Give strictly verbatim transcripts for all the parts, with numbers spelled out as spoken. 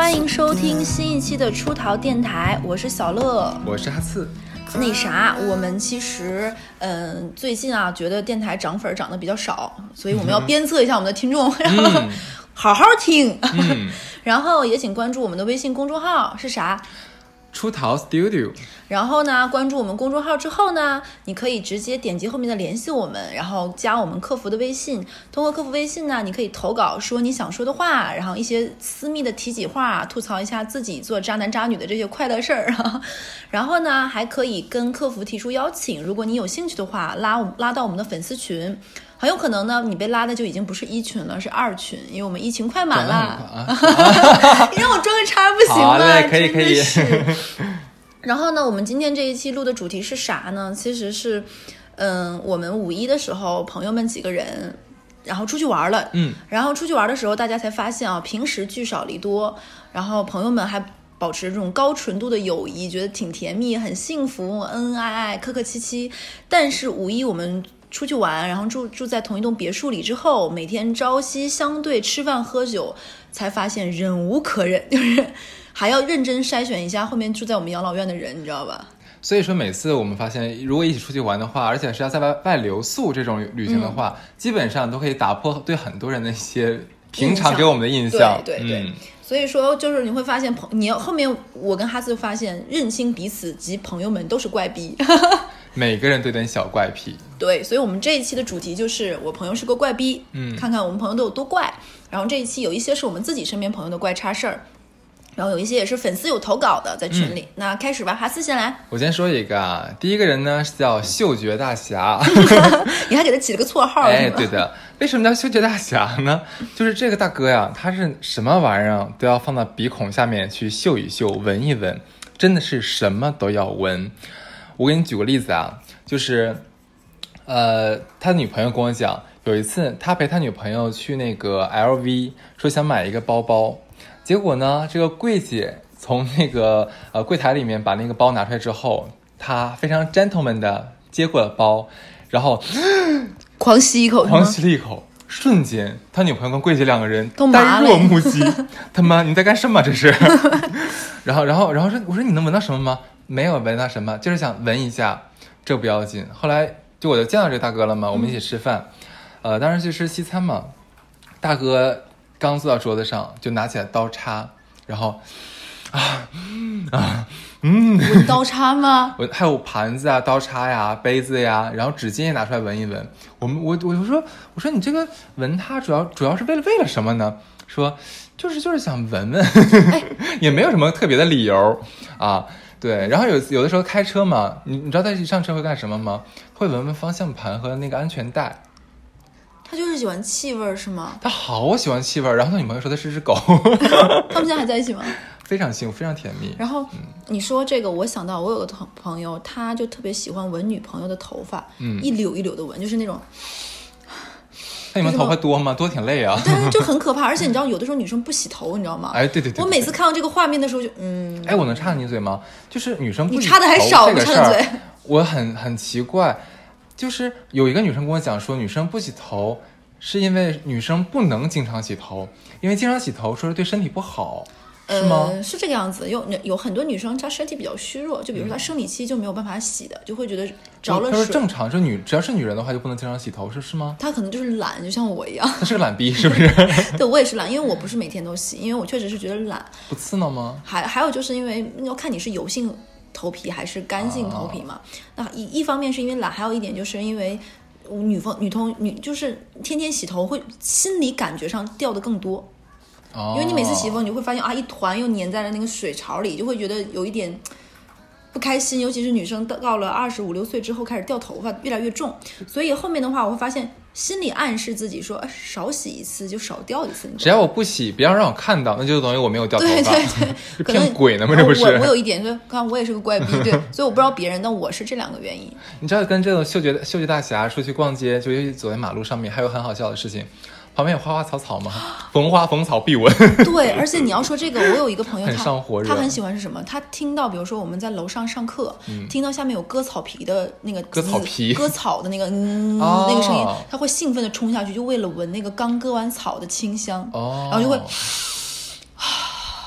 欢迎收听新一期的出逃电台，我是小乐， 我是哈刺。 那啥，我们其实嗯、呃，最近啊，觉得电台涨粉涨得比较少，所以我们要鞭策一下我们的听众，然后、嗯、好好听。嗯、然后也请关注我们的微信公众号是啥？ 出逃 Studio。 然后呢，关注我们公众号之后呢，你可以直接点击后面的联系我们，然后加我们客服的微信。通过客服微信呢，你可以投稿说你想说的话，然后一些私密的体己话，吐槽一下自己做渣男渣女的这些快乐事儿。然后呢，还可以跟客服提出邀请，如果你有兴趣的话，拉拉到我们的粉丝群。很有可能呢，你被拉的就已经不是一群了，是二群，因为我们一群快满了。啊、你让我装个叉不行吗？ 好嘞，可以可以。 然后呢，我们今天这一期录的主题是啥呢？其实是，嗯，我们五一的时候，朋友们几个人，然后出去玩了， 嗯， 然后出去玩的时候，大家才发现啊，平时聚少离多，然后朋友们还保持这种高纯度的友谊，觉得挺甜蜜，很幸福，恩恩爱爱，客客气气。但是五一我们出去玩，然后住住在同一栋别墅里之后，每天朝夕相对吃饭喝酒，才发现忍无可忍，就是还要认真筛选一下后面住在我们养老院的人，你知道吧？ 所以说每次我们发现，如果一起出去玩的话，而且是要在外外留宿这种旅行的话、嗯、基本上都可以打破对很多人的一些平常给我们的印象。 对对对、嗯、所以说就是你会发现朋你后面我跟哈斯就发现认清彼此及朋友们都是怪逼。 每个人都有点小怪癖。 对，所以我们这一期的主题就是我朋友是个怪逼，嗯，看看我们朋友都有多怪。然后这一期有一些是我们自己身边朋友的怪叉事儿，然后有一些也是粉丝有投稿的在群里、嗯、那开始吧，哈斯先来。 我先说一个啊，第一个人呢是叫嗅觉大侠。 你还给他起了个绰号。 哎，对的。为什么叫嗅觉大侠呢？就是这个大哥呀，他是什么玩意儿都要放到鼻孔下面去嗅一嗅闻一闻，真的是什么都要闻。我给你举个例子啊，就是呃他女朋友跟我讲，有一次他陪他女朋友去那个 L V， 说想买一个包包，结果呢这个柜姐从那个呃柜台里面把那个包拿出来之后，他非常 gentleman 的接过了包，然后狂吸一口， 狂吸了一口，瞬间他女朋友跟柜姐两个人呆若木鸡。他妈你在干什么这是？然后然后然后说，我说你能闻到什么吗？没有闻到什么，就是想闻一下，这不要紧。后来就我就见到这个大哥了嘛，我们一起吃饭，嗯、呃，当时去吃西餐嘛。大哥刚坐到桌子上，就拿起来刀叉，然后啊啊嗯， 闻刀叉吗？ 我还有盘子啊、刀叉呀、杯子呀，然后纸巾也拿出来闻一闻。我们我我说我说你这个闻它主要主要是为了为了什么呢？说就是就是想闻闻，也没有什么特别的理由啊。对，然后有有的时候开车嘛，你你知道他一上车会干什么吗？会闻闻方向盘和那个安全带。 他就是喜欢气味是吗？ 他好喜欢气味，然后他女朋友说他是只狗。 他们现在还在一起吗？ 非常幸福，非常甜蜜。 然后、嗯、你说这个，我想到我有个朋友，他就特别喜欢闻女朋友的头发，嗯，一绺一绺的闻，就是那种。 那你们头发多吗？多挺累啊。 但是就很可怕，而且你知道有的时候女生不洗头，你知道吗？ 哎，对对 对, 对, 对。 我每次看到这个画面的时候就嗯。 哎，我能插你嘴吗？就是女生不洗头你插的还少， 这个事儿， 插的嘴。 我很很奇怪，就是有一个女生跟我讲说，女生不洗头是因为女生不能经常洗头，因为经常洗头说是对身体不好。是吗？ 呃，是这个样子。有有很多女生她身体比较虚弱，就比如说她生理期就没有办法洗的，嗯、就会觉得着了水。 她说正常，就女只要是女人的话就不能经常洗头，是是吗？ 她可能就是懒，就像我一样。 她是个懒逼，是不是？ 对，我也是懒，因为我不是每天都洗，因为我确实是觉得懒。 不刺挠吗？还还有就是因为要看你是油性头皮还是干性头皮嘛。啊、那一一方面是因为懒，还有一点就是因为女方女同女就是天天洗头，会心理感觉上掉的更多。因为你每次洗头你就会发现啊，一团又粘在了那个水槽里，就会觉得有一点不开心，尤其是女生到了二十五六岁之后开始掉头发越来越重，所以后面的话我会发现心理暗示自己说、啊、少洗一次就少掉一次， 只要我不洗不要让我看到，那就等于我没有掉头发。 对对对， 是骗鬼呢吗？这不是我我有一点就看我也是个怪逼，对，所以我不知道别人，但我是这两个原因。 你知道跟这种嗅觉嗅觉大侠出去逛街，就尤其走在马路上面，还有很好笑的事情，旁边有花花草草吗？逢花逢草必闻。 对，而且你要说这个，我有一个朋友， 很上火热， 他很喜欢是什么？他听到，比如说我们在楼上上课，嗯、听到下面有割草皮的那个割草皮、 割草的那个嗯、哦、那个声音，他会兴奋的冲下去，就为了闻那个刚割完草的清香，哦、然后就会。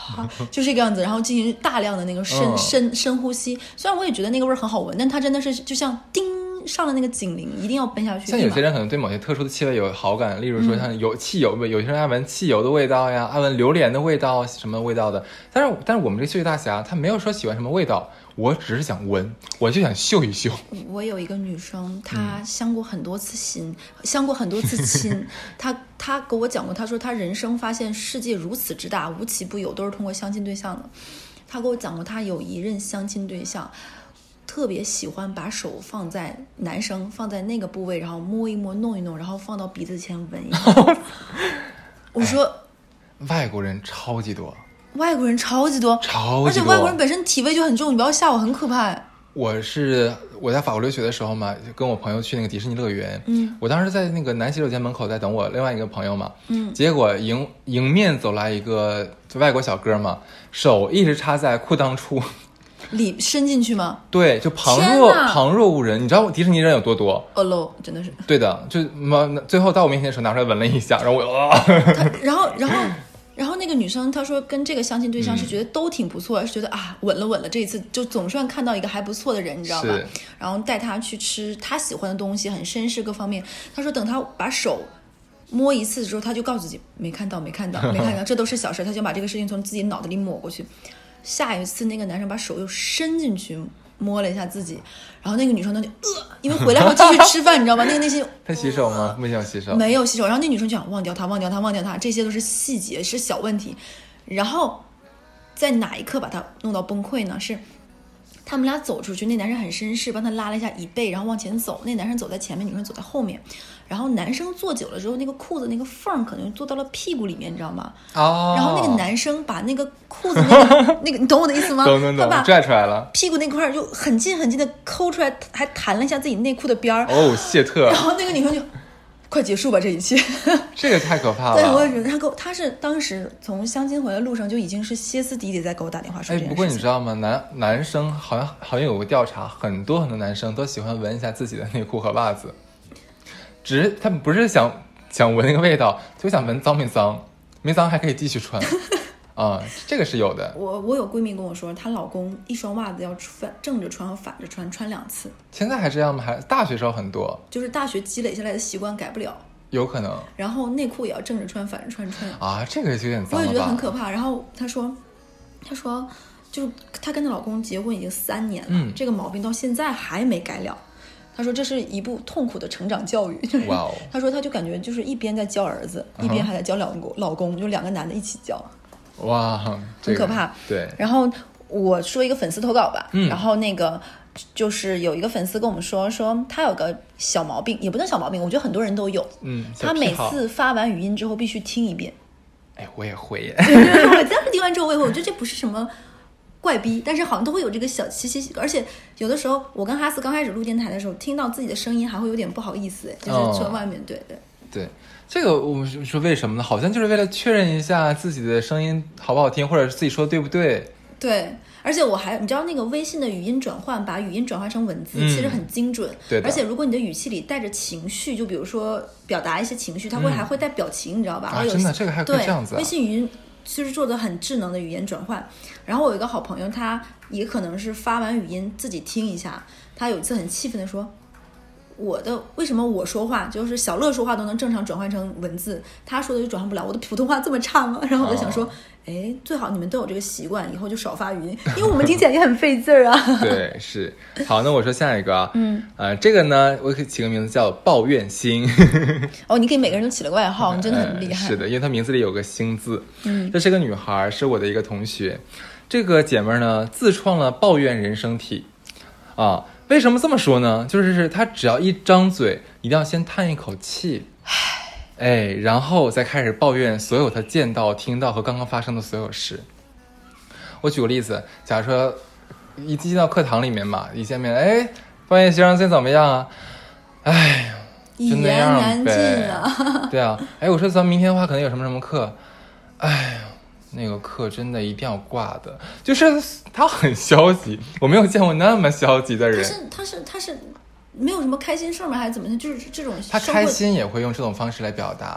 就这个样子，然后进行大量的那个深、嗯、深深呼吸。虽然我也觉得那个味儿很好闻，但它真的是就像叮上了那个警铃，一定要奔下去。 像有些人可能对某些特殊的气味有好感，例如说像有汽油味、嗯、有些人爱闻汽油的味道呀，爱闻榴莲的味道，什么味道的。但是但是我们这嗅觉大侠他没有说喜欢什么味道，我只是想闻，我就想嗅一嗅。 我有一个女生，她相过很多次心，嗯、相过很多次亲。她她跟我讲过，她说她人生发现世界如此之大，无奇不有，都是通过相亲对象的。她跟我讲过，她有一任相亲对象。特别喜欢把手放在男生放在那个部位，然后摸一摸弄一弄，然后放到鼻子前闻一闻。我说、 哎、外国人超级多， 外国人超级多超级多， 而且外国人本身体味就很重，你不要吓我，很可怕。 我是我在法国留学的时候嘛，跟我朋友去那个迪士尼乐园，嗯，我当时在那个男洗手间门口在等我另外一个朋友嘛，嗯，结果迎迎面走来一个外国小哥嘛，手一直插在裤裆处里伸进去吗？对， 就旁若旁若无人。你知道迪士尼人有多多？ 哦喽，真的是。 对的，就最后到我面前的时候拿出来闻了一下，然后我啊， 然后然后然后那个女生她说跟这个相亲对象是觉得都挺不错，嗯、是觉得啊稳了稳了，这一次就总算看到一个还不错的人，你知道吧？然后带他去吃他喜欢的东西，很绅士各方面。他说等他把手摸一次之后，他就告诉自己没看到没看到没看到，这都是小事，他就把这个事情从自己脑子里抹过去。下一次那个男生把手又伸进去摸了一下自己，然后那个女生呢就呃，因为回来后继续吃饭，你知道吗？那个内心他洗手吗？没有洗手， 没有洗手。然后那女生就想忘掉他，忘掉他，忘掉他，这些都是细节，是小问题。然后在哪一刻把他弄到崩溃呢？是他们俩走出去，那男生很绅士，帮他拉了一下椅背，然后往前走。那男生走在前面，女生走在后面。然后男生坐久了之后，那个裤子那个缝可能坐到了屁股里面，你知道吗？ 哦。 然后那个男生把那个裤子那个那个，你懂我的意思吗？ 懂懂懂。拽出来了。 屁股那块就很近很近的抠出来，还弹了一下自己内裤的边儿。 哦，谢特。 然后那个女生就。快结束吧这一切， 这个太可怕了。 对，我也觉得他给我，他是当时从相亲回来路上就已经是歇斯底里在给我打电话说这件事情。 哎，不过你知道吗？男男生好像好像有个调查，很多很多男生都喜欢闻一下自己的内裤和袜子，只是他们不是想想闻那个味道，就想闻脏没脏，没脏还可以继续穿。啊、嗯，这个是有的。 我我有闺蜜跟我说，她老公一双袜子要反正着穿和反着穿，穿两次。 现在还这样吗？还大学时候很多， 就是大学积累下来的习惯改不了， 有可能。 然后内裤也要正着穿，反着穿穿。 啊，这个就有点脏了吧。 我也觉得很可怕。然后她说，她说，就是她跟她老公结婚已经三年了，嗯、这个毛病到现在还没改了。她说这是一部痛苦的成长教育。 哇哦！ 她说她就感觉就是一边在教儿子，一边还在教老公，老公就两个男的一起教。 哇， 很可怕。 对， 然后我说一个粉丝投稿吧，嗯，然后那个就是有一个粉丝跟我们说，说他有个小毛病，也不算小毛病，我觉得很多人都有， 嗯， 他每次发完语音之后必须听一遍。 哎，我也会耶。 我当时听完之后我也会，我觉得这不是什么怪逼，但是好像都会有这个小奇奇，而且有的时候我跟哈斯刚开始录电台的时候，听到自己的声音还会有点不好意思，就是在外面，哦、对对对。这个我们说为什么呢？好像就是为了确认一下自己的声音好不好听，或者自己说对不对。 对，而且我还你知道那个微信的语音转换，把语音转换成文字，嗯、其实很精准。 对， 而且如果你的语气里带着情绪，就比如说表达一些情绪，它会、嗯、还会带表情，你知道吧？ 啊，真的，这个还可以这样子、啊。 微信语音其实做的很智能的语言转换。然后我有一个好朋友，他也可能是发完语音自己听一下，他有一次很气愤的说。我的为什么我说话就是小乐说话都能正常转换成文字，他说的就转换不了？我的普通话这么差吗？然后我就想说，哎、哦，最好你们都有这个习惯，以后就少发语音，因为我们听起来也很费字儿啊。 对，是。好，那我说下一个啊，嗯，呃，这个呢，我可以起个名字叫抱怨星。 哦，你给每个人都起了个外号，你真的很厉害。 呃、是的，因为她名字里有个星字。嗯，这是个女孩，是我的一个同学。这个姐妹呢，自创了抱怨人生体，啊。为什么这么说呢？就是他只要一张嘴，一定要先叹一口气，哎，然后再开始抱怨所有他见到、听到和刚刚发生的所有事。我举个例子，假如说一进到课堂里面嘛，一见面，哎，抱怨先生最近怎么样啊？哎，就那样呗。啊对啊，哎，我说咱们明天的话可能有什么什么课，哎呀。那个课真的一定要挂的，就是他很消极，我没有见过那么消极的人。 他是他是他是没有什么开心事吗？还是怎么的？就是这种他开心也会用这种方式来表达，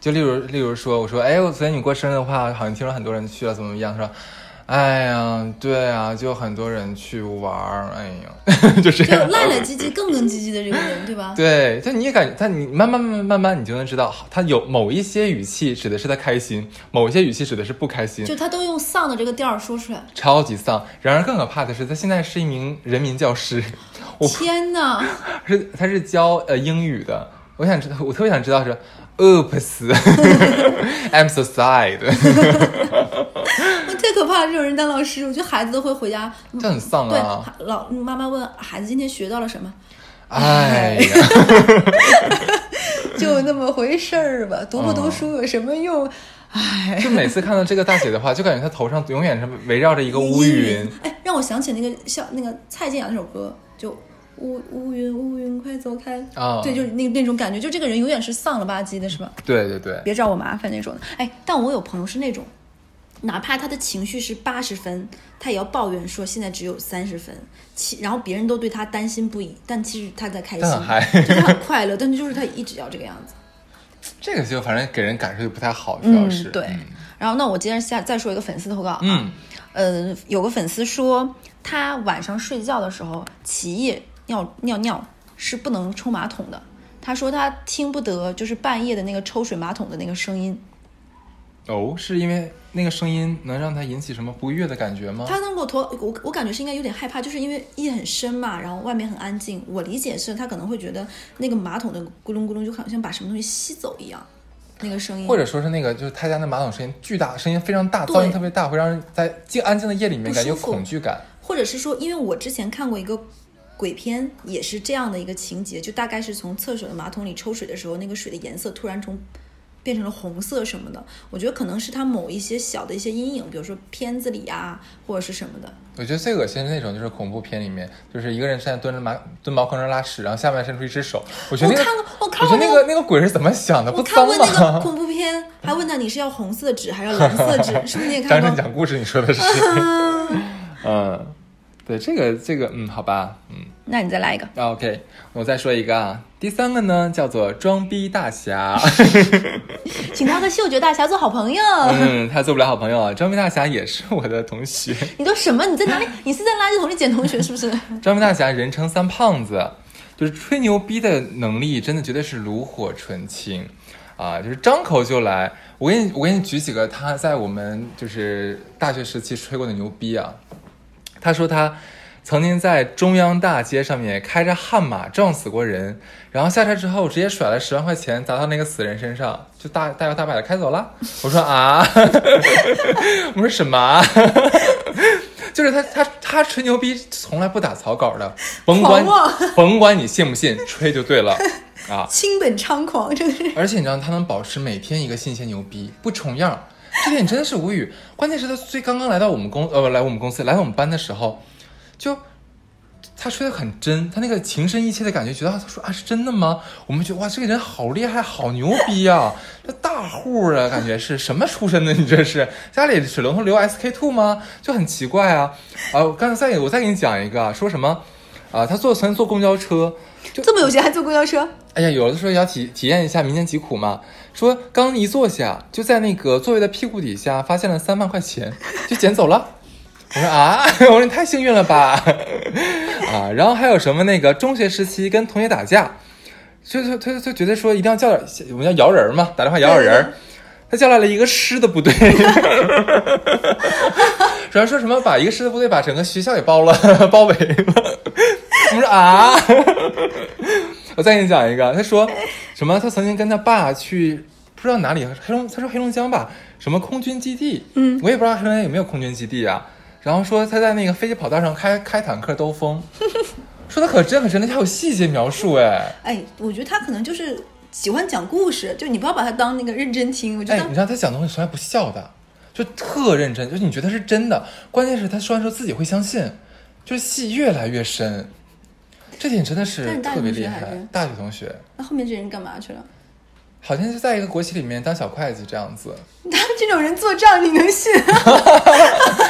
就例如例如说，我说，哎，我昨天你过生日的话，好像听说很多人去了，怎么怎么样？他说，哎呀，对啊，就很多人去玩儿，哎呀，就这样， 就赖赖唧唧更更唧唧的这个人，对吧？ 对，但你也感觉，但你慢慢慢慢慢慢，你就能知道，他有某一些语气指的是他开心，某一些语气指的是不开心， 就他都用丧的这个调儿说出来， 超级丧。然而更可怕的是，他现在是一名人民教师，我天哪！ 是他是教呃英语的，我想知道，我特别想知道是 ，Oops， I'm so sad。 太可怕了，这种人当老师，我觉得孩子都会回家， 这很丧啊。 对，老妈妈问孩子今天学到了什么， 哎呀， 就那么回事儿吧，读不读书有什么用？哎、 嗯，就每次看到这个大姐的话，就感觉她头上永远是围绕着一个乌云。 哎，让我想起那个像那个蔡健雅那首歌，就乌乌云乌云快走开啊、哦！对，就是那那种感觉，就这个人永远是丧了吧唧的，是吧？ 对对对， 别找我麻烦那种的。哎，但我有朋友是那种。哪怕他的情绪是八十分，他也要抱怨说现在只有三十分，其然后别人都对他担心不已，但其实他在开心，就他很快乐，但是就是他一直要这个样子。 这个就反正给人感受就不太好，主要是、 嗯、对、嗯。然后那我接着下再说一个粉丝投稿啊， 嗯， 呃，有个粉丝说他晚上睡觉的时候起夜尿尿尿是不能冲马桶的，他说他听不得就是半夜的那个抽水马桶的那个声音。 哦，是因为那个声音能让他引起什么不悦的感觉吗？ 他能够头，我我感觉是应该有点害怕，就是因为夜很深嘛，然后外面很安静。我理解是他可能会觉得那个马桶的咕隆咕隆就好像把什么东西吸走一样，那个声音。 或者说是那个就是他家那马桶声音巨大，声音非常大，噪音特别大，会让人在静安静的夜里面感觉有恐惧感。 或者是说，因为我之前看过一个鬼片，也是这样的一个情节，就大概是从厕所的马桶里抽水的时候，那个水的颜色突然从变成了红色什么的，我觉得可能是他某一些小的一些阴影，比如说片子里啊，或者是什么的。 我觉得最恶心的那种就是恐怖片里面，就是一个人现在蹲着马蹲茅坑上拉屎，然后下面伸出一只手。我觉得、那个、 我看过，我看过、那个，我觉得那个那个鬼是怎么想的？不脏吗？ 我看过那个恐怖片，还问他你是要红色纸还是要蓝色纸，是不是你也看过？ 张震讲故事，你说的是？嗯，对，这个这个，嗯，好吧，嗯。 那你再来一个。 OK， 我再说一个啊。第三个呢，叫做装逼大侠， 请他和嗅觉大侠做好朋友。 嗯，他做不了好朋友啊。装逼大侠也是我的同学。 你都什么？你在哪里？你是在垃圾桶里捡同学是不是？ 装逼大侠人称三胖子，就是吹牛逼的能力真的绝对是炉火纯青啊，就是张口就来。我给你，我给你举几个他在我们就是大学时期吹过的牛逼啊。他说他曾经在中央大街上面开着悍马撞死过人，然后下车之后直接甩了十万块钱砸到那个死人身上，就大大摇大摆的开走了。我说啊，我说什么啊？就是他他他吹牛逼从来不打草稿的，甭管甭管你信不信，吹就对了啊！ 亲本猖狂，真是。 而且你知道他能保持每天一个新鲜牛逼，不重样，这点真的是无语。关键是他最刚刚来到我们公呃来我们公司来到我们班的时候。就他吹得很真，他那个情深意切的感觉，觉得他说啊是真的吗？我们觉得哇这个人好厉害，好牛逼啊！这大户啊，感觉是什么出身的？你这是家里水龙头流 S K二 吗？就很奇怪啊！啊，我刚才再我再给你讲一个啊，说什么啊？他坐曾经坐公交车，就这么有钱还坐公交车？ 哎呀，有的时候也要体体验一下民间疾苦嘛。说刚一坐下，就在那个座位的屁股底下发现了三万块钱，就捡走了。我说啊，我说你太幸运了吧，啊，然后还有什么那个中学时期跟同学打架，就就他就觉得说一定要叫点，我们叫摇人嘛，打电话摇摇人，他叫来了一个师的部队，主要说什么把一个师的部队把整个学校给包了，包围了。我说啊，我再给你讲一个，他说什么？他曾经跟他爸去不知道哪里，黑龙，他说黑龙江吧，什么空军基地，嗯，我也不知道黑龙江有没有空军基地啊。然后说他在那个飞机跑道上开开坦克兜风，说的可真可真的，还有细节描述哎。 哎，我觉得他可能就是喜欢讲故事，就你不要把他当那个认真听。我觉得， 哎，你知道他讲东西从来不笑的，就特认真，就是你觉得是真的。关键是他说完之后自己会相信，就是戏越来越深。这点真的是特别厉害。大学同学。 那后面这人干嘛去了？ 好像就在一个国企里面当小会计这样子。 他这种人做账你能信？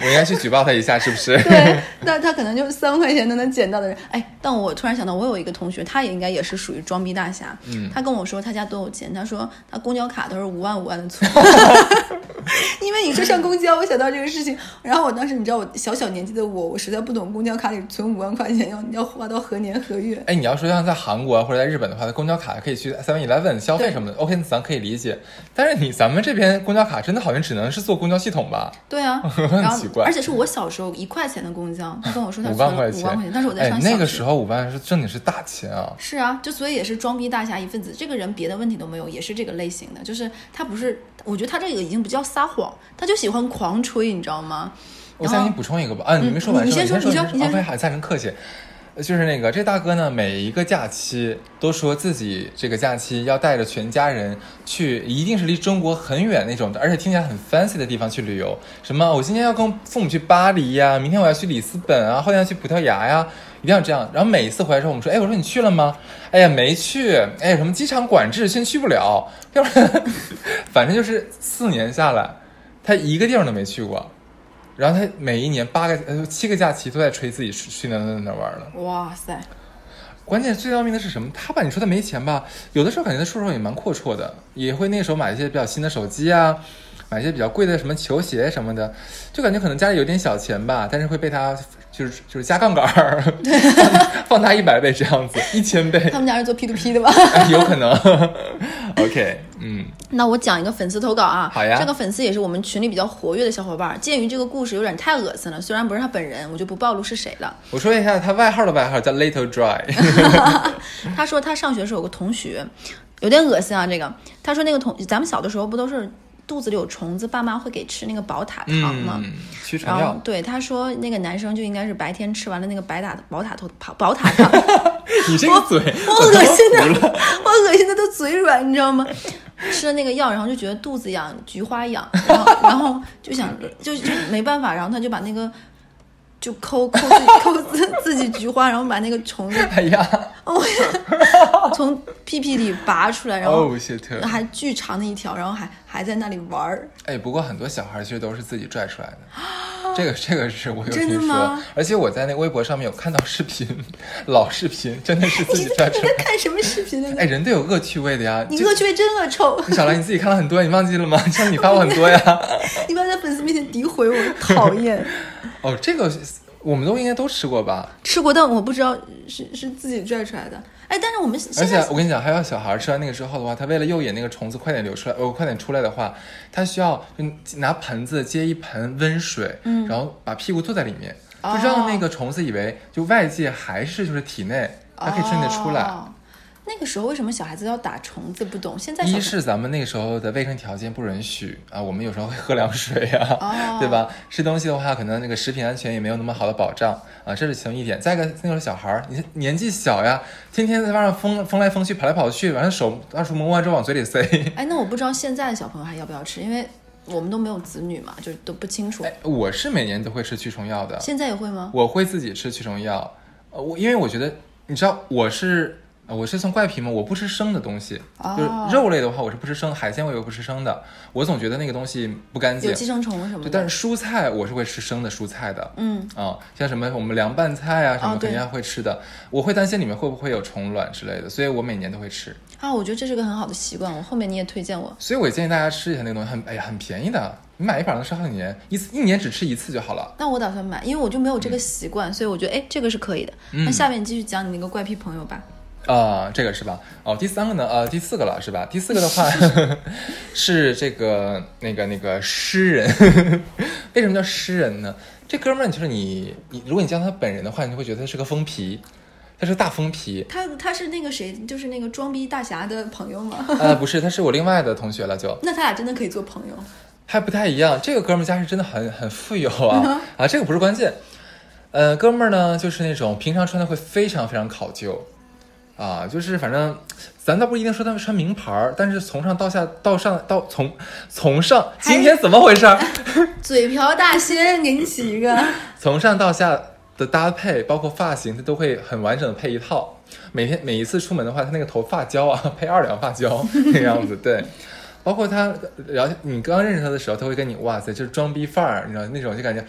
我应该去举报他一下，是不是？ 对，那他可能就三块钱都能捡到的人。哎，但我突然想到，我有一个同学，他也应该也是属于装逼大侠。嗯，他跟我说他家多有钱，他说他公交卡都是五万五万的存。因为你说上公交，我想到这个事情，然后我当时你知道我小小年纪的我，我实在不懂公交卡里存五万块钱要要花到何年何月。 哎，你要说像在韩国或者在日本的话，公交卡可以去 seven eleven 消费什么的 ，OK， 咱可以理解。但是你咱们这边公交卡真的好像只能是坐公交系统吧？ 对啊， 很奇怪。 而且是我小时候一块钱的公交，他跟我说他五万块钱， 五万块钱，但是我在上小学、 哎、那个时候五万是真的是大钱啊。 是啊，就所以也是装逼大侠一份子。这个人别的问题都没有，也是这个类型的，就是他不是，我觉得他这个已经不叫撒谎，他就喜欢狂吹，你知道吗？ 我再给你补充一个吧，啊，你没说完， 你先说， 你说， 你先说， 还再很客气。就是那个这大哥呢，每一个假期都说自己这个假期要带着全家人去，一定是离中国很远那种的，而且听起来很 fancy 的地方去旅游。什么，我今天要跟父母去巴黎呀，明天我要去里斯本啊，后天要去葡萄牙呀，一定要这样。然后每一次回来之后，我们说，哎，我说你去了吗？哎呀，没去。哎，什么机场管制，先去不了。要不然，反正就是四年下来，他一个地方都没去过。然后他每一年八个呃七个假期都在吹自己去哪哪哪玩了。 哇塞！ 关键最要命的是什么？他吧，你说他没钱吧，有的时候感觉他出手也蛮阔绰的，也会那个时候买一些比较新的手机啊，买一些比较贵的什么球鞋什么的，就感觉可能家里有点小钱吧，但是会被他就是就是加杠杆儿，放大一百倍这样子，一千倍。 他们家是做 P to P 的吧？ 哎、有可能。OK， 嗯。 那我讲一个粉丝投稿啊， 好呀。 这个粉丝也是我们群里比较活跃的小伙伴。鉴于这个故事有点太恶心了，虽然不是他本人，我就不暴露是谁了。 我说一下他外号的外号叫 Little Dry。 他说他上学时候有个同学，有点恶心啊。这个他说那个同咱们小的时候不都是肚子里有虫子，爸妈会给吃那个宝塔糖吗？ 嗯，驱虫药。 对，他说那个男生就应该是白天吃完了那个白塔宝塔头宝塔糖。 你这个嘴， 我恶心的，我恶心的都嘴软，你知道吗？吃了那个药，然后就觉得肚子痒，菊花痒，然后然后就想就就没办法，然后他就把那个就抠抠自己抠自自己菊花，然后把那个虫子， 哎呀， 哦，从屁屁里拔出来，然后还巨长的一条，然后还还在那里玩儿。 哎，不过很多小孩其实都是自己拽出来的。这个这个是我有听说，而且我在那微博上面有看到视频，老视频真的是自己拽出来。 你在看什么视频呢？ 哎，人都有恶趣味的呀。 你恶趣味真恶臭。 你小兰，你自己看了很多，你忘记了吗？像你发过很多呀。 你不要在粉丝面前诋毁我，讨厌。 哦，这个我们都应该都吃过吧？ 吃过，但我不知道是是自己拽出来的。哎，但是我们而且我跟你讲，还有小孩吃完那个之后的话，他为了诱引那个虫子快点流出来，呃，快点出来的话，他需要拿盆子接一盆温水，嗯，然后把屁股坐在里面，就让那个虫子以为就外界还是就是体内，它可以顺利出来。 哦，那个时候为什么小孩子要打虫子？不懂。现在一是咱们那个时候的卫生条件不允许啊，我们有时候会喝凉水呀、啊，哦、对吧？吃东西的话，可能那个食品安全也没有那么好的保障啊，这是其中一点。再一个，那时候小孩儿，你年纪小呀，天天在外上疯疯来疯去，跑来跑去，完了手到处摸完之后往嘴里塞。 哎，那我不知道现在的小朋友还要不要吃，因为我们都没有子女嘛，就都不清楚。 哎，我是每年都会吃驱虫药的。 现在也会吗？ 我会自己吃驱虫药，呃，我因为我觉得，你知道我是。我是算怪癖吗？我不吃生的东西，哦、就是肉类的话，我是不吃生，海鲜我也不吃生的。我总觉得那个东西不干净， 有寄生虫什么的。 但是蔬菜我是会吃生的蔬菜的， 嗯啊、嗯，像什么我们凉拌菜啊什么肯定会吃的。哦、我会担心里面会不会有虫卵之类的，所以我每年都会吃。 啊，我觉得这是个很好的习惯，我后面你也推荐我。 所以我建议大家吃一下那个东西，很哎呀很便宜的，你买一把能吃好几年，一次一年只吃一次就好了。 那我打算买，因为我就没有这个习惯，嗯、所以我觉得哎这个是可以的。嗯、那下面继续讲你那个怪癖朋友吧。 啊、呃，这个是吧？哦，第三个呢？呃，第四个了是吧？第四个的话呵呵是这个那个那个诗人。为什么叫诗人呢？这哥们儿，就是你你，如果你叫他本人的话，你就会觉得他是个疯皮，他是个大疯皮。 他他是那个谁，就是那个装逼大侠的朋友吗？ 呃，不是，他是我另外的同学了就。 那他俩真的可以做朋友？ 还不太一样。这个哥们儿家是真的很很富有啊啊，这个不是关键。呃，哥们儿呢，就是那种平常穿的会非常非常考究。啊，就是反正咱倒不一定说他们穿名牌，但是从上到下到上到从从上，今天怎么回事？ 嘴瓢大仙给你起一个。 从上到下的搭配，包括发型，他都会很完整的配一套。每天每一次出门的话，他那个头发胶啊，配二两发胶那个样子，对。包括他，然后你刚认识他的时候，他会跟你哇塞，就是装逼范儿，你知道那种就感觉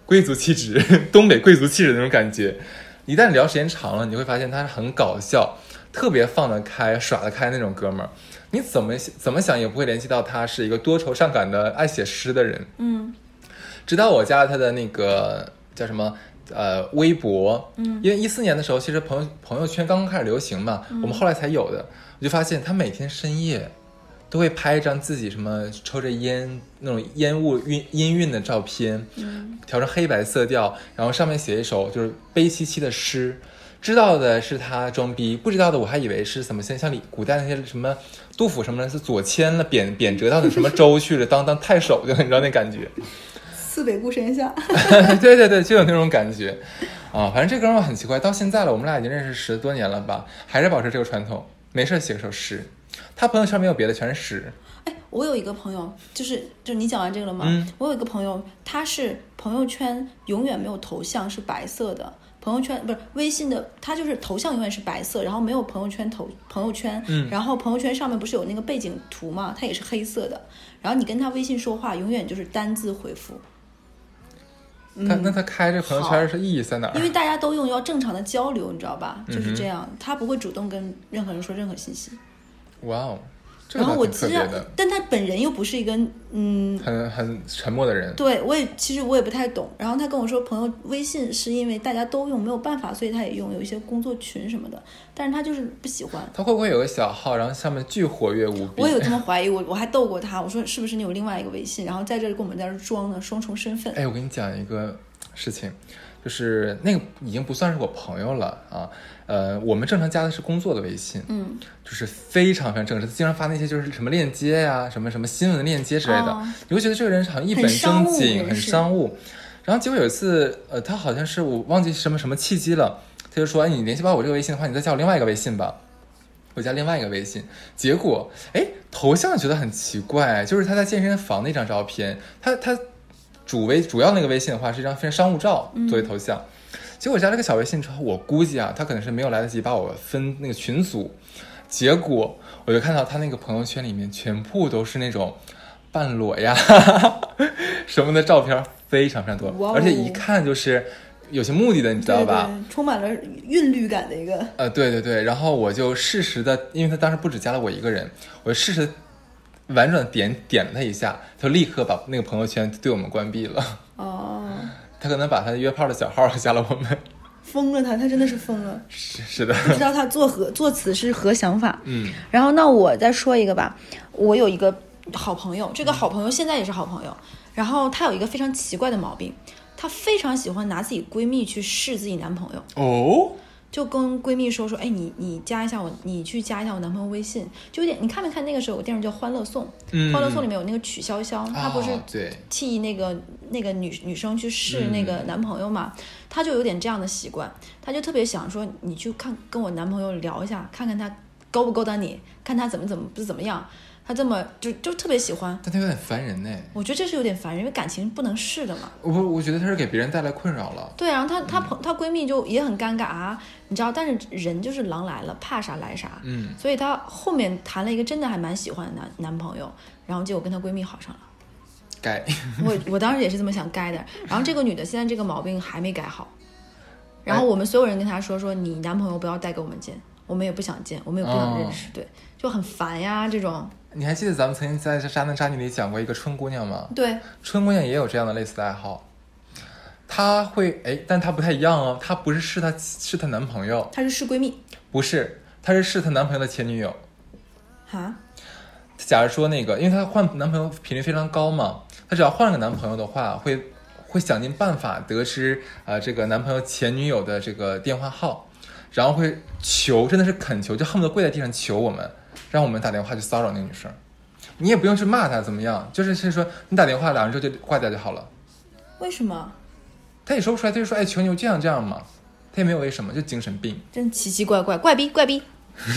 贵族气质，东北贵族气质的那种感觉。一旦聊时间长了，你会发现他是很搞笑，特别放得开、耍得开那种哥们儿。你怎么怎么想也不会联系到他是一个多愁善感的爱写诗的人。 嗯， 直到我加了他的那个叫什么呃微博， 嗯， 因为一四年的时候，其实朋友朋友圈刚刚开始流行嘛，嗯、我们后来才有的。我就发现他每天深夜都会拍一张自己什么抽着烟那种烟雾晕氤氲的照片， 嗯， 调成黑白色调，然后上面写一首就是悲戚戚的诗。知道的是他装逼，不知道的我还以为是怎么像像里古代那些什么杜甫什么的，是左迁了贬贬谪到什么州去了，当当太守的，你知道那感觉。 四北孤神下。 对对对，就有那种感觉啊。反正这哥们儿很奇怪，到现在了，我们俩已经认识十多年了吧，还是保持这个传统，没事写首诗。他朋友圈没有别的，全是诗。 哎，我有一个朋友，就是就你讲完这个了吗？ 嗯， 我有一个朋友，他是朋友圈永远没有头像，是白色的。朋友圈不是微信的，他就是头像永远是白色，然后没有朋友圈头朋友圈， 嗯， 然后朋友圈上面不是有那个背景图嘛，它也是黑色的。然后你跟他微信说话，永远就是单字回复。 他、嗯、那他开这朋友圈是意义在哪儿？ 因为大家都用，要正常的交流，你知道吧？就是这样，嗯、他不会主动跟任何人说任何信息。 哇哦！ 然后我知道，但他本人又不是一个嗯很很沉默的人。 对，我也其实我也不太懂。然后他跟我说，朋友微信是因为大家都用，没有办法，所以他也用，有一些工作群什么的。但是他就是不喜欢。 他会不会有个小号，然后上面巨活跃无比？ 我有这么怀疑，我我还逗过他，我说是不是你有另外一个微信，然后在这里跟我们在这装呢，双重身份。 哎，我跟你讲一个事情，就是那个已经不算是我朋友了啊。呃，我们正常加的是工作的微信， 嗯， 就是非常非常正式，经常发那些就是什么链接呀、啊，什么什么新闻的链接之类的，哦、你会觉得这个人好像一本正经，很商务。然后结果有一次，呃，他好像是我忘记什么什么契机了，他就说：“哎，你联系不到我这个微信的话，你再加我另外一个微信吧。”我加另外一个微信，结果哎，头像觉得很奇怪，就是他在健身房那张照片，他他主微主要那个微信的话是一张非常商务照作为头像。嗯，结果加了个小微信之后，我估计啊，他可能是没有来得及把我分那个群组，结果我就看到他那个朋友圈里面全部都是那种半裸呀什么的照片，非常非常多，哦、而且一看就是有些目的的，你知道吧？ 对对，充满了韵律感的一个。 呃，对对对，然后我就适时的，因为他当时不只加了我一个人，我就适时婉转点点了他一下，他就立刻把那个朋友圈对我们关闭了。 哦。 他可能把他约炮的小号加了我们， 疯了他，他真的是疯了， 是是的， 不知道他作何作此是何想法。 嗯， 然后那我再说一个吧，我有一个好朋友，这个好朋友现在也是好朋友，然后他有一个非常奇怪的毛病，他非常喜欢拿自己闺蜜去试自己男朋友。 哦。 就跟闺蜜说说，哎，你你加一下我，你去加一下我男朋友微信，就有点，你看没看那个时候有个电视叫《欢乐颂》？嗯，《欢乐颂》里面有那个曲筱绡，她、哦、不是替那个那个女女生去试那个男朋友嘛？她、嗯、就有点这样的习惯，她就特别想说，你去看跟我男朋友聊一下，看看他勾不勾搭你，看他怎么怎么不是怎么样。他这么就就特别喜欢， 但他有点烦人呢。 我觉得这是有点烦人，因为感情不能试的嘛。 我我觉得他是给别人带来困扰了。 对，然后他他朋她闺蜜就也很尴尬啊，你知道，但是人就是狼来了，怕啥来啥。 嗯， 所以她后面谈了一个真的还蛮喜欢的男男朋友，然后结果跟她闺蜜好上了。 该我我当时也是这么想该的。然后这个女的现在这个毛病还没改好，然后我们所有人跟她说说，你男朋友不要带给我们见，我们也不想见，我们也不想认识，哦、对，就很烦呀这种。 你还记得咱们曾经在《渣男渣女》里讲过一个春姑娘吗？ 对， 春姑娘也有这样的类似的爱好。她会哎，但她不太一样哦，她不是试她试她男朋友， 她是试闺蜜， 不是，她是试她男朋友的前女友。 哈？ 假如说那个，因为她换男朋友频率非常高嘛，她只要换了个男朋友的话，会会想尽办法得知呃这个男朋友前女友的这个电话号，然后会求，真的是恳求，就恨不得跪在地上求我们。让我们打电话去骚扰那个女生，你也不用去骂她怎么样，就是是说你打电话打完之后就挂掉就好了。 为什么？ 她也说不出来，她就说哎，求你这样这样嘛，她也没有为什么，就精神病， 真奇奇怪怪，怪逼怪逼。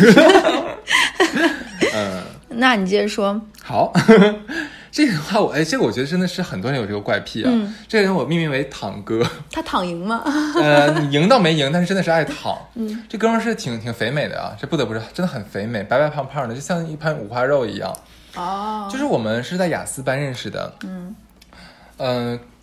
嗯， 那你接着说。 好。这个话我哎，这个我觉得真的是很多人有这个怪癖啊。嗯，这个人我命名为躺哥。 他躺赢吗？ 呃，你赢倒没赢，但是真的是爱躺。 嗯， 这哥们是挺挺肥美的啊，这不得不说，真的很肥美，白白胖胖的，就像一盘五花肉一样。 哦， 就是我们是在雅思班认识的。 嗯， 嗯、呃，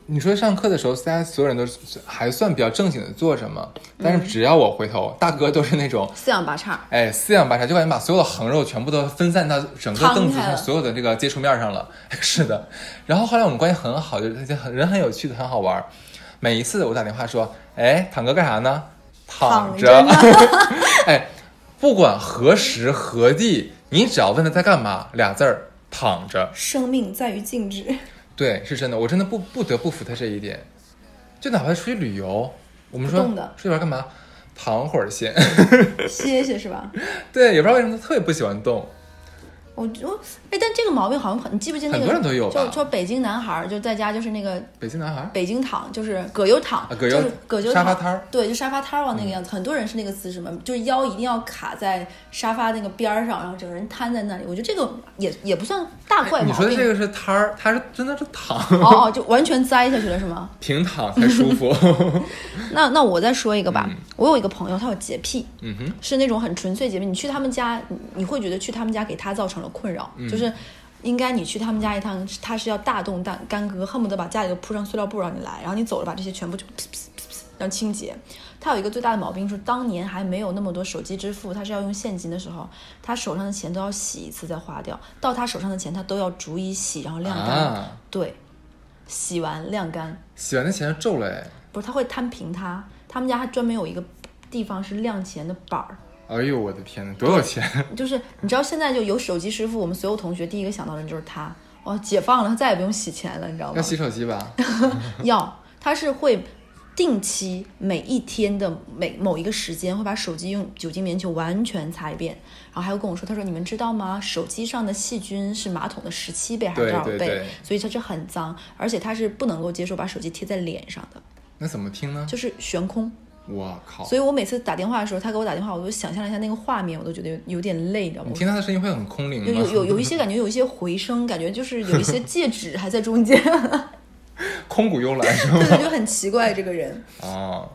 你说上课的时候，大家所有人都还算比较正经的坐着嘛，但是只要我回头，嗯、大哥都是那种四仰八叉， 哎，四仰八叉，就感觉把所有的横肉全部都分散到整个凳子上所有的这个接触面上了。是的，然后后来我们关系很好，就是人很有趣的，很好玩。每一次我打电话说，哎，躺哥干啥呢？躺着。哎，不管何时何地，你只要问他在干嘛，俩字儿，躺着。 生命在于静止。对， 是真的，我真的不不得不服他这一点。就哪怕出去旅游，我们说出去玩干嘛？躺会儿先， 歇歇是吧？ 对，也不知道为什么他特别不喜欢动。 我我哎，但这个毛病好像很，你记不记得那个？ 很多人都有吧？ 就说北京男孩就在家就是那个北京男孩， 北京躺就是葛优躺， 啊、葛优就是葛优沙发摊儿， 对，就沙发摊儿往那个样子。嗯、很多人是那个姿势嘛，就是腰一定要卡在沙发那个边儿上，然后整个人瘫在那里。我觉得这个也也不算大怪毛病。 你说的这个是摊儿，他是真的是躺。 哦哦，就完全栽下去了是吗？ 平躺才舒服。 那那我再说一个吧，嗯、我有一个朋友，他有洁癖， 嗯哼， 是那种很纯粹洁癖。你去他们家，你会觉得去他们家给他造成了困扰，嗯、就是。应该你去他们家一趟，他是要大动干干戈，恨不得把家里都铺上塑料布让你来，然后你走了把这些全部就噗噗噗噗让清洁。他有一个最大的毛病是，当年还没有那么多手机支付，他是要用现金的时候，他手上的钱都要洗一次再花掉，到他手上的钱他都要逐一洗，然后晾干。啊、对，洗完晾干， 洗完的钱就皱了哎。 不是，他会摊平它，他们家还专门有一个地方是晾钱的板儿。 哎呦我的天哪，多有钱！ 就是你知道现在就有手机师傅，我们所有同学第一个想到的人就是他。哇，解放了，他再也不用洗钱了，你知道吗？ 要洗手机吧？ 要，他是会定期每一天的每某一个时间会把手机用酒精棉球完全擦一遍，然后还会跟我说，他说你们知道吗？手机上的细菌是马桶的十七倍还是多少倍？ 对对对， 所以它是很脏，而且他是不能够接受把手机贴在脸上的。 那怎么听呢？ 就是悬空。 我靠！ 所以我每次打电话的时候，他给我打电话，我就想象了一下那个画面，我都觉得有有点累，你知道吗？ 你听他的声音会很空灵吗？ 有有有有一些感觉，有一些回声，感觉就是有一些戒指还在中间。 空谷幽兰是吗？ 对，就很奇怪这个人。 哦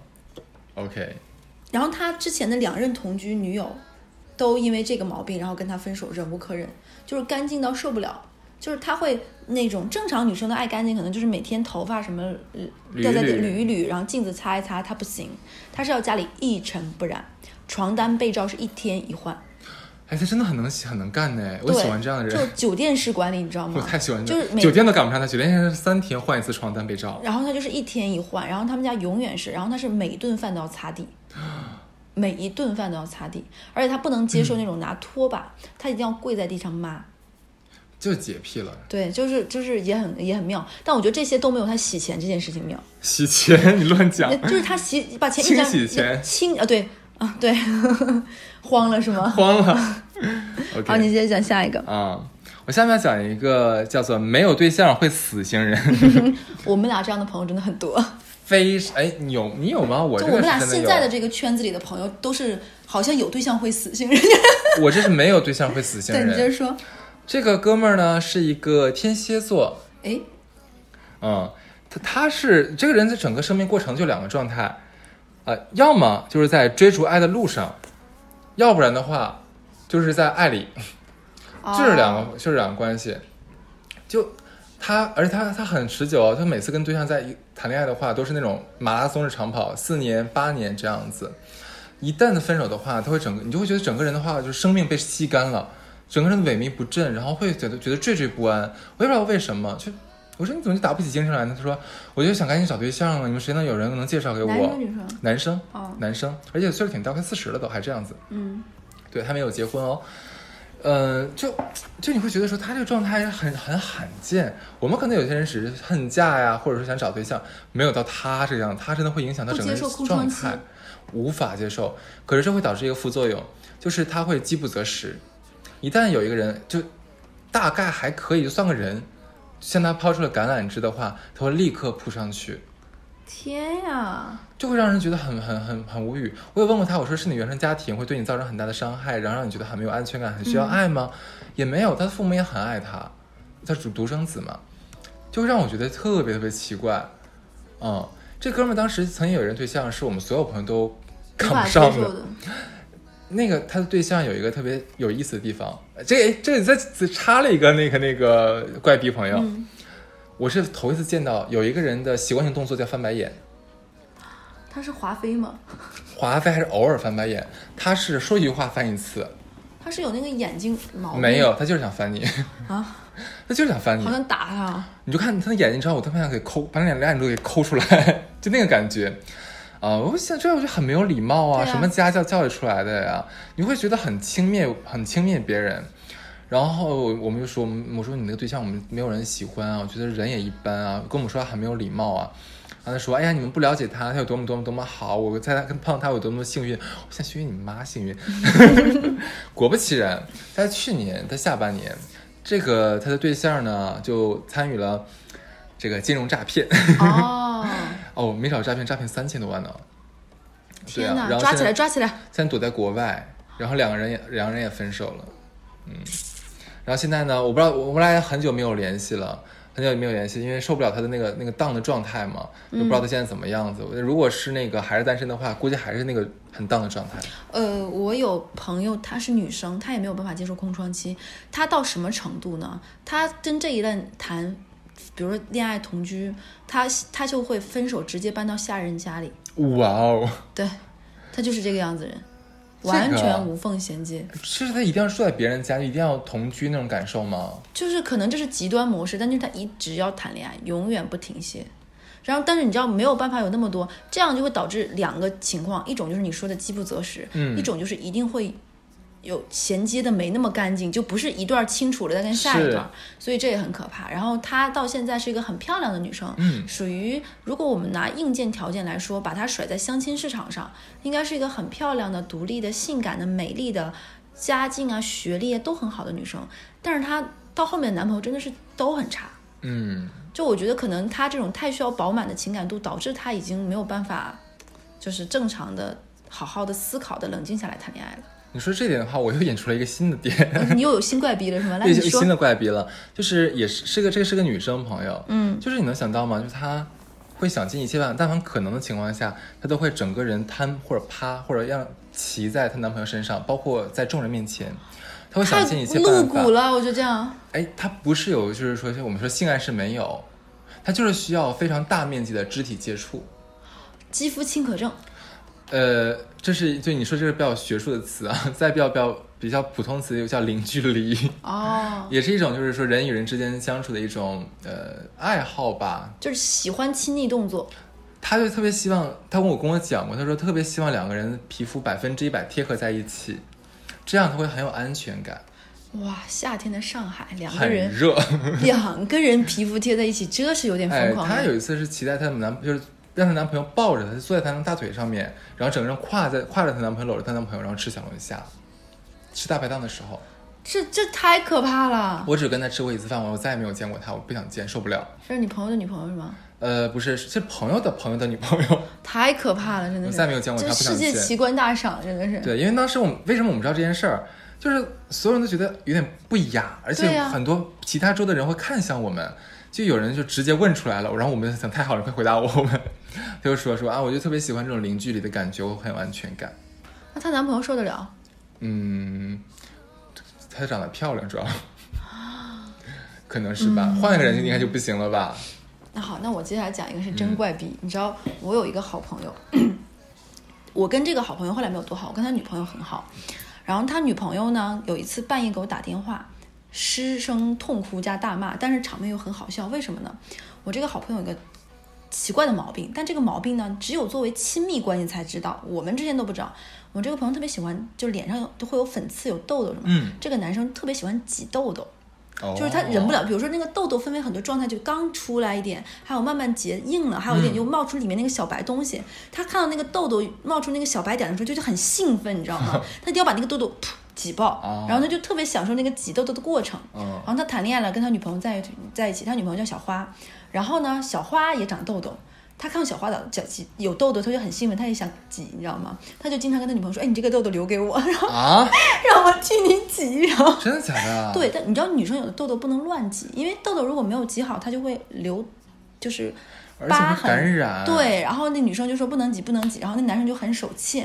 ，OK。 然后他之前的两任同居女友，都因为这个毛病，然后跟他分手，忍无可忍，就是干净到受不了。就是他会那种正常女生的爱干净，可能就是每天头发什么掉在捋一捋，然后镜子擦一擦，他不行，他是要家里一尘不染，床单被罩是一天一换。 哎，他真的很能洗，很能干呢，我喜欢这样的人。 就是酒店式管理，你知道吗？ 我太喜欢， 就是酒店都赶不上他，酒店现在是三天换一次床单被罩， 然后他就是一天一换，然后他们家永远是，然后他是每一顿饭都要擦地。每一顿饭都要擦地，而且他不能接受那种拿拖把，嗯、他一定要跪在地上抹。 就洁癖了， 对，就是就是也很也很妙，但我觉得这些都没有他洗钱这件事情妙。 洗钱你乱讲， 就是他洗把钱清洗钱清啊，对啊对，慌了是吗？ 慌了。okay. 好，你接着讲下一个啊、嗯，我下面要讲一个叫做没有对象会死型人。 我们俩这样的朋友真的很多。 非哎，你有你有吗？我这个就我们俩现在的这个圈子里的朋友都是好像有对象会死型人。 我这是没有对象会死型人。 对，你接着说。 这个哥们儿呢是一个天蝎座， 哎， 嗯，他他是这个人的整个生命过程就两个状态，呃，要么就是在追逐爱的路上，要不然的话就是在爱里， 哦、 就是两个就是两个关系。就他，而且他他很持久，他每次跟对象在谈恋爱的话，都是那种马拉松式长跑，四年八年这样子。一旦的分手的话，他会整个你就会觉得整个人的话就是生命被吸干了。整个人萎靡不振，然后会觉得觉得惴惴不安，我也不知道为什么。就我说你怎么就打不起精神来呢？他说我就想赶紧找对象了，你们谁能有人能介绍给我？ 男生女生？ 男生， 哦， 男生，而且岁数挺大，快四十了都还这样子。 嗯， 对他没有结婚哦，呃，就就你会觉得说他这个状态很很罕见。我们可能有些人只是恨嫁呀，或者说想找对象，没有到他这样，他真的会影响他整个人状态，无法接受。可是这会导致一个副作用，就是他会饥不择食。一旦有一个人就大概还可以就算个人，向他抛出了橄榄枝的话，他会立刻扑上去。 天呀， 就会让人觉得很很很很无语。我有问过他，我说是你原生家庭会对你造成很大的伤害，然后让你觉得很没有安全感，很需要爱吗？嗯、也没有，他的父母也很爱他，他是独生子嘛，就让我觉得特别特别奇怪。嗯，这哥们当时曾经有一人对象，是我们所有朋友都看不上的。那个他的对象有一个特别有意思的地方，这这再插了一个那个那个怪逼朋友。嗯、 我是头一次见到有一个人的习惯性动作叫翻白眼。 他是华妃吗？ 华妃还是偶尔翻白眼？他是说一句话翻一次。 他是有那个眼睛毛病？ 没有，他就是想翻你啊， 他就是想翻你， 好像打他。你就看他的眼睛，你知道，我特别想给抠，把两两眼都给抠出来，就那个感觉。啊、呃，我想这我觉得很没有礼貌啊，啊什么家教教育出来的呀？你会觉得很轻蔑，很轻蔑别人。然后我们就说，我说你那个对象我们没有人喜欢啊，我觉得人也一般啊，跟我们说他很没有礼貌啊。然后他说，哎呀，你们不了解他，他有多么多么多么好，我在他跟碰到他有多么幸运。我想幸运你妈幸运。果不其然，在去年的下半年，这个他的对象呢就参与了这个金融诈骗。 哦哦，没少诈骗，诈骗三千多万呢。 天哪！ 啊、然后抓起来，抓起来！ 现在躲在国外，然后两个人也两个人也分手了。嗯，然后现在呢，我不知道，我们俩很久没有联系了。很久没有联系，因为受不了他的那个那个荡的状态嘛，就不知道他现在怎么样子。嗯、如果是那个还是单身的话，估计还是那个很荡的状态。 呃，我有朋友，她是女生，她也没有办法接受空窗期。她到什么程度呢？她跟这一任谈，比如说恋爱同居，她她就会分手，直接搬到下人家里。 哇哦！ 对，她就是这个样子人。完全无缝衔接， 是他一定要住在别人家，一定要同居那种感受吗？ 就是可能这是极端模式，但是他一直要谈恋爱，永远不停歇。然后，但是你知道没有办法有那么多，这样就会导致两个情况，一种就是你说的饥不择食，嗯，一种就是一定会有衔接的没那么干净，就不是一段清楚了再跟下一段，所以这也很可怕。然后她到现在是一个很漂亮的女生， 嗯， 属于如果我们拿硬件条件来说，把她甩在相亲市场上，应该是一个很漂亮的、独立的、性感的、美丽的，家境啊、学历都很好的女生。但是她到后面的男朋友真的是都很差， 嗯， 就我觉得可能她这种太需要饱满的情感度，导致她已经没有办法，就是正常的、好好的思考的、冷静下来谈恋爱了。 你说这点的话，我又引出了一个新的点。 你又有新怪逼了是吗？来你说。 新的怪逼了，就是也是是个这个是个女生朋友， 嗯， 就是你能想到吗？就是她会想尽一切办法，但凡可能的情况下，她都会整个人瘫或者趴或者让骑在她男朋友身上，包括在众人面前，她会想尽一切办法。 露骨了，我觉得这样。 哎，她不是有就是说我们说性爱是没有，她就是需要非常大面积的肢体接触， 肌肤轻可症。 呃，这是对你说这是比较学术的词啊，再比较比较比较普通词又叫零距离哦， 也是一种就是说人与人之间相处的一种呃爱好吧， 就是喜欢亲昵动作。 他就特别希望，他跟我跟我讲过，他说特别希望两个人皮肤百分之一百贴合在一起，这样他会很有安全感。 哇，夏天的上海，两个人很热， 两个人皮肤贴在一起，这是有点疯狂的。 哎，他有一次是骑在他们男就是。让她男朋友抱着她，坐在她的大腿上面，然后整个人跨在跨着她男朋友，搂着她男朋友，然后吃小龙虾，吃大排档的时候， 这这太可怕了。 我只跟她吃过一次饭，我再也没有见过她，我不想见，受不了。 这是你朋友的女朋友是吗？ 呃，不是，是朋友的朋友的女朋友。 太可怕了，真的是。 我再也没有见过她，不想见。 世界奇观大赏，真的是。 对，因为当时我们为什么我们知道这件事儿，就是所有人都觉得有点不雅，而且很多其他桌的人会看向我们。就有人就直接问出来了，然后我们想太好了，快回答我们。他就说说啊，我就特别喜欢这种零距离的感觉，我很有安全感。 那她男朋友受得了？ 嗯，她长得漂亮，主要可能是吧。换、嗯、一个人应该就不行了吧？ 那好，那我接下来讲一个是真怪逼。嗯、你知道，我有一个好朋友，我跟这个好朋友后来没有多好，我跟他女朋友很好。然后他女朋友呢，有一次半夜给我打电话。失声痛哭加大骂，但是场面又很好笑，为什么呢？我这个好朋友有一个奇怪的毛病，但这个毛病呢，只有作为亲密关系才知道，我们之间都不知道。我这个朋友特别喜欢，就脸上都会有粉刺、有痘痘什么。 嗯， 这个男生特别喜欢挤痘痘， 哦、 就是他忍不了。比如说那个痘痘分为很多状态，就刚出来一点，还有慢慢结硬了，还有一点又冒出里面那个小白东西。嗯、他看到那个痘痘冒出那个小白点的时候，就就很兴奋，你知道吗？他一定要把那个痘痘噗挤爆， 哦、 然后他就特别享受那个挤痘痘的过程。 哦、 然后他谈恋爱了，跟他女朋友在在一起，他女朋友叫小花，然后呢，小花也长痘痘，他看到小花的脚挤有痘痘，他就很兴奋，他也想挤，你知道吗？他就经常跟他女朋友说：“哎，你这个痘痘留给我，然后、 啊、 让我替你挤。”然后真的假的？ 对，但你知道女生有的痘痘不能乱挤，因为痘痘如果没有挤好，它就会留，就是疤痕感染。 对，然后那女生就说不能挤，不能挤，然后那男生就很手欠。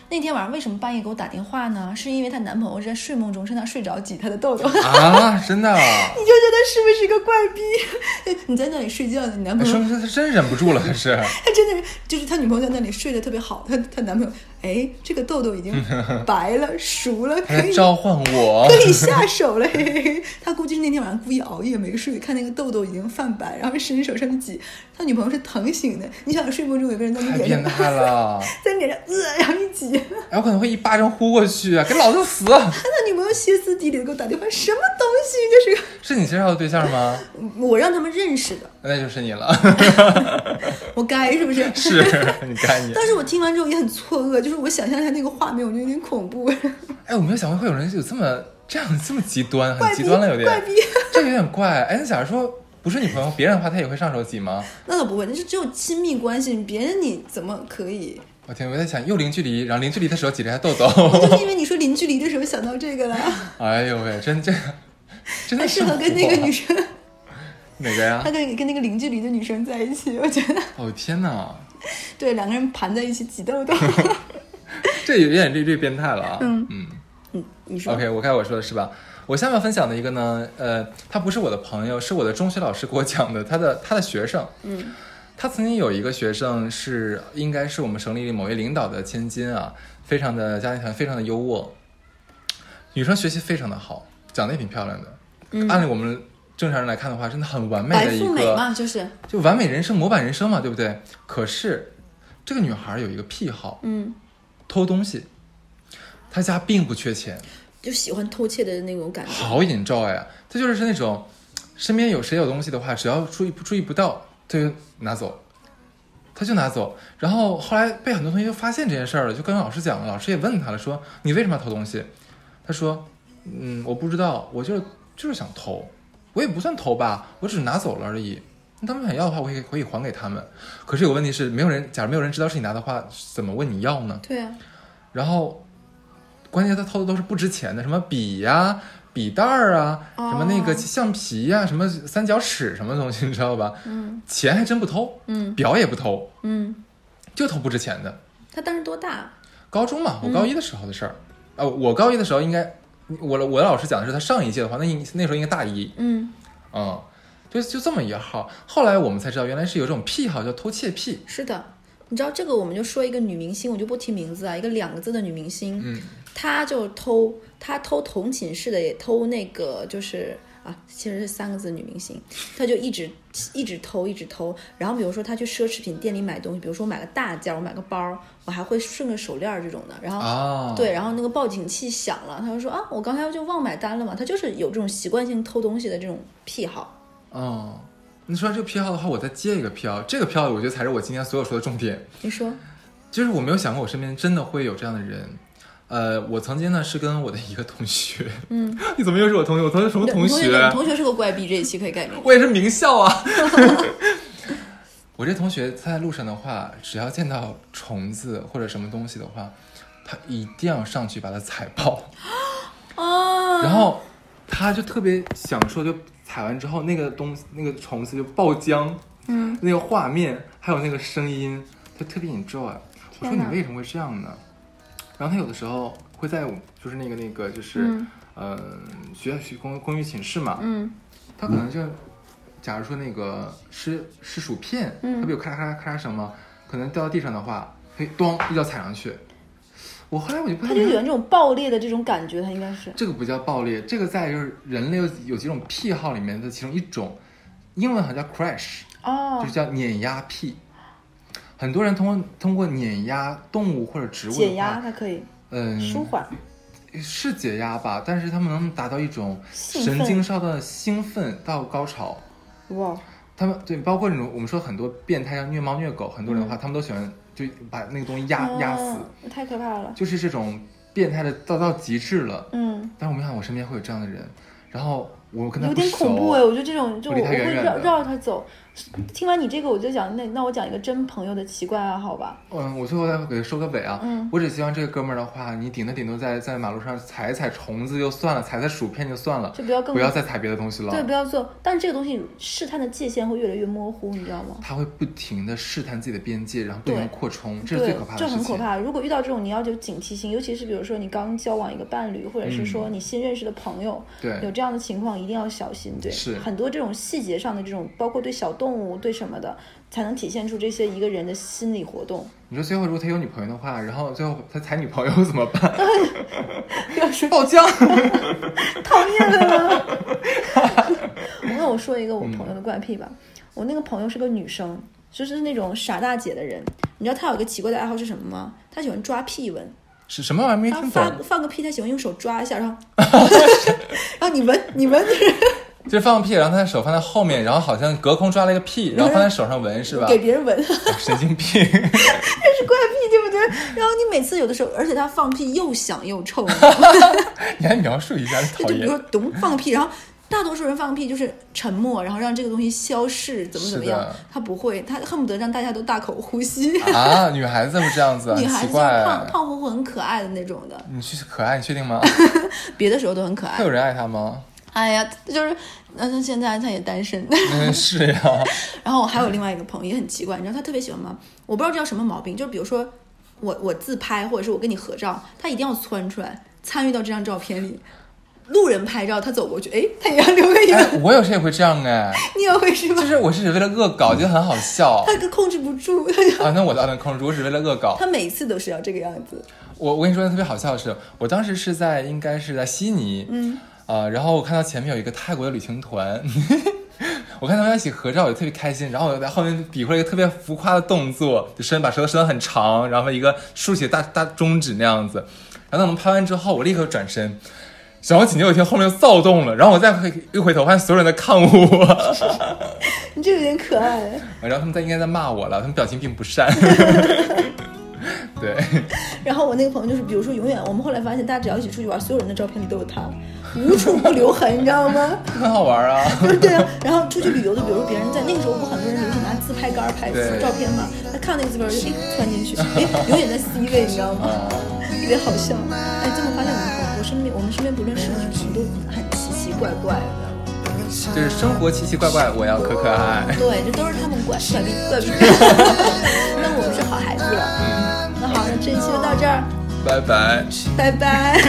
那天晚上为什么半夜给我打电话呢？是因为她男朋友在睡梦中趁她睡着挤她的痘痘啊，真的？ 你就觉得是不是个怪逼？你在那里睡觉呢，你男朋友说明他真忍不住了，还是他真的就是他女朋友在那里睡得特别好，他他男朋友哎，这个痘痘已经白了熟了，可以召唤我， 可以下手了。嘿嘿嘿，他估计是那天晚上故意熬夜没睡，看那个痘痘已经泛白，然后伸手上去挤，他女朋友是疼醒的。你想睡梦中有个人在你脸上， 太变态了， 在你脸上呃，然后一挤， 哎，我可能会一巴掌呼过去啊，给老子死！ 他女朋友歇斯底里的给我打电话，什么东西？就是是你介绍的对象吗？ 我让他们认识的， 那就是你了。 我该是不是？ 是你该你。 但是我听完之后也很错愕，就是我想象一下那个画面，我就有点恐怖。 哎，我没有想过会有人有这么这样这么极端，很极端了，有点怪逼， 这有点怪。哎，那假如说不是你朋友，别人的话他也会上手挤吗？ 那倒不会，那是只有亲密关系，别人你怎么可以？ 我天，我在想又零距离，然后零距离的时候挤着一下痘痘。 我就是因为你说零距离的时候想到这个了。 哎呦喂，真这个真的适合跟那个女生。 哪个呀？ 他跟跟那个零距离的女生在一起，我觉得。 哦天哪！ 对，两个人盘在一起挤痘痘。 这有点略略变态了啊。 嗯嗯嗯，你说。 OK， 我该我说的是吧？我下面分享的一个呢，呃，他不是我的朋友，是我的中学老师给我讲的，他的他的学生。 嗯。 他曾经有一个学生是应该是我们省里某位领导的千金啊，非常的家庭条件非常的优渥，女生学习非常的好，长得也挺漂亮的。嗯。按照我们正常人来看的话，真的很完美的一个， 白富美嘛，就是就完美人生模板人生嘛，对不对？可是这个女孩有一个癖好， 嗯， 偷东西。她家并不缺钱， 就喜欢偷窃的那种感觉， 好引照哎！她就是那种身边有谁有东西的话，只要注意注意不到，她就拿走，她就拿走。然后后来被很多同学就发现这件事儿了，就跟老师讲了，老师也问她了，说你为什么要偷东西？她说，嗯，我不知道，我就就是想偷。我也不算偷吧，我只是拿走了而已。他们想要的话，我可以可以还给他们。可是有个问题是，没有人，假如没有人知道是你拿的话，怎么问你要呢？ 对啊。 然后，关键他偷的都是不值钱的，什么笔呀、笔袋儿啊， 哦、 什么那个橡皮呀、什么三角尺什么东西，你知道吧？ 嗯。 钱还真不偷， 嗯。 表也不偷， 嗯， 就偷不值钱的。 他当时多大？ 高中嘛，我高一的时候的事儿。啊、嗯，我高一的时候应该。我的我的老师讲的是他上一届的话，那那时候应该大一， 嗯嗯，就就这么一号。后来我们才知道，原来是有这种癖好叫偷窃癖。 是的，你知道这个，我们就说一个女明星，我就不提名字啊，一个两个字的女明星， 嗯， 她就偷，她偷同寝室的，也偷那个就是啊，其实是三个字女明星，她就一直一直偷，一直偷。然后比如说她去奢侈品店里买东西，比如说我买个大件，我买个包，我还会顺个手链这种的。然后、 哦、 对，然后那个报警器响了，她就说啊，我刚才就忘买单了嘛。她就是有这种习惯性偷东西的这种癖好。 哦，你说这个癖好的话，我再接一个癖好，这个癖好我觉得才是我今天所有说的重点。 你说， 就是我没有想过我身边真的会有这样的人。呃，我曾经呢是跟我的一个同学， 嗯， 你怎么又是我同学？我同学什么同学？ 你同学是个怪逼，这一期可以改名。 我也是名校啊。我这同学在路上的话，只要见到虫子或者什么东西的话，他一定要上去把它踩爆。 啊！ 然后他就特别享受，就踩完之后那个东那个虫子就爆浆， 嗯， 那个画面还有那个声音，就特别 enjoy。我说你为什么会这样呢？然后他有的时候会在就是那个那个就是、嗯、呃学校学公公寓寝室嘛， 嗯， 他可能就假如说那个是是薯片，嗯，他不有咔嚓咔嚓咔嚓声吗？可能掉到地上的话，嘿，咚一脚踩上去。我后来我就不太， 他就有这种爆裂的这种感觉，他应该是这个不叫爆裂，这个在就是人类有有几种癖好里面的其中一种，英文好像叫 crash， 哦， 就是叫碾压癖。很多人通过通过碾压动物或者植物的话解压，它可以嗯舒缓， 是解压吧，但是他们能达到一种神经上的兴奋到高潮。 哇！ 他们对包括那种我们说很多变态像虐猫虐狗，很多人的话、嗯、他们都喜欢就把那个东西压、哦、压死， 太可怕了。 就是这种变态的到到极致了。 嗯， 但是我没想到我身边会有这样的人，然后我跟他有点恐怖哎，我觉得这种就我会绕离他远远的绕着他走。 听完你这个，我就讲那那我讲一个真朋友的奇怪爱好吧。 嗯，我最后再给收个尾啊。 嗯， 我只希望这个哥们儿的话，你顶多顶多在在马路上踩一踩虫子就算了，踩踩薯片就算了， 就不要更不要再踩别的东西了。 对，不要做。但是这个东西试探的界限会越来越模糊，你知道吗？ 他会不停的试探自己的边界，然后不停地扩充，这是最可怕的事情。 这很可怕。如果遇到这种，你要有警惕性，尤其是比如说你刚交往一个伴侣，或者是说你新认识的朋友， 对、嗯， 有这样的情况一定要小心。对， 是很多这种细节上的这种，包括对小动物、对什么的，才能体现出这些一个人的心理活动。 你说最后如果他有女朋友的话，然后最后他踩女朋友怎么办？ 要是爆浆， 讨厌了。我跟我说一个我朋友的怪癖吧，嗯、我那个朋友是个女生，就是那种傻大姐的人。你知道她有个奇怪的爱好是什么吗？她喜欢抓屁闻。 是什么玩意儿？没听懂。 放放个屁，她喜欢用手抓一下，然后，然后你闻，你闻。 就是放个屁，然后他的手放在后面，然后好像隔空抓了一个屁，然后放在手上闻，是吧？ 给别人闻。 哦、神经病。 这是怪癖，对不对？然后你每次有的时候，而且他放屁又响又臭。 你还描述一下，讨厌。 就比如说咚放个屁，然后大多数人放个屁就是沉默，然后让这个东西消逝，怎么怎么样？他不会，他恨不得让大家都大口呼吸。 啊，女孩子会这样子、啊？ 女孩子就是胖胖乎乎很可爱的那种的。 你是可爱，你确定吗？ 别的时候都很可爱。 会有人爱他吗？ 哎呀，就是，那现在他也单身。 嗯，是呀。然后我还有另外一个朋友也很奇怪，你知道他特别喜欢吗？我不知道这叫什么毛病，就是比如说我我自拍或者是我跟你合照，他一定要窜出来参与到这张照片里。路人拍照，他走过去，哎，他也要留个言。 哎，我有时也会这样哎。 你也会是吗？ 就是我是为了恶搞，觉得很好笑。 他控制不住。 啊，那我倒能控制住，我是为了恶搞。 他每次都是要这个样子。 我我跟你说，特别好笑的是，我当时是在应该是在悉尼， 嗯。 啊、呃，然后我看到前面有一个泰国的旅行团，我看他们一起合照，我就特别开心。然后我在后面比划了一个特别浮夸的动作，就伸把舌头伸得很长，然后一个竖起大大中指那样子。然后等我们拍完之后，我立刻转身，然后紧接着有一天后面又躁动了，然后我再一回头，发现所有人在看我。 你这有点可爱。 然后他们在应该在骂我了，他们表情并不善。对， 然后我那个朋友就是，比如说永远，我们后来发现，大家只要一起出去玩，所有人的照片里都有他，无处不留痕，你知道吗？ 很好玩啊。 对啊，然后出去旅游的，比如说别人在那个时候，不很多人流行拿自拍杆拍照片嘛，他看那个自拍就哎窜进去，哎永远在 C 位，你知道吗？特别好笑。哎，这么发现我们我身边我们身边不论是什么都很奇奇怪怪的。 就是生活奇奇怪怪，我要可可爱。 对，这都是他们怪怪逼怪逼。那我们是好孩子了。嗯，那好，那这一期就到这儿。 拜拜。 拜拜。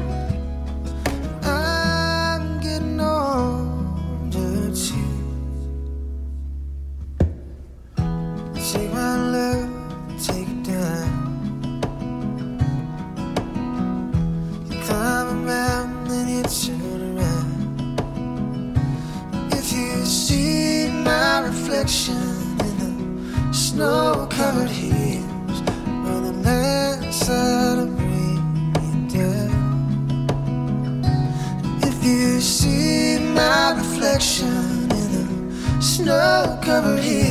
Snow-covered hills where the landslide bring you down. If you see my reflection in the snow-covered hills.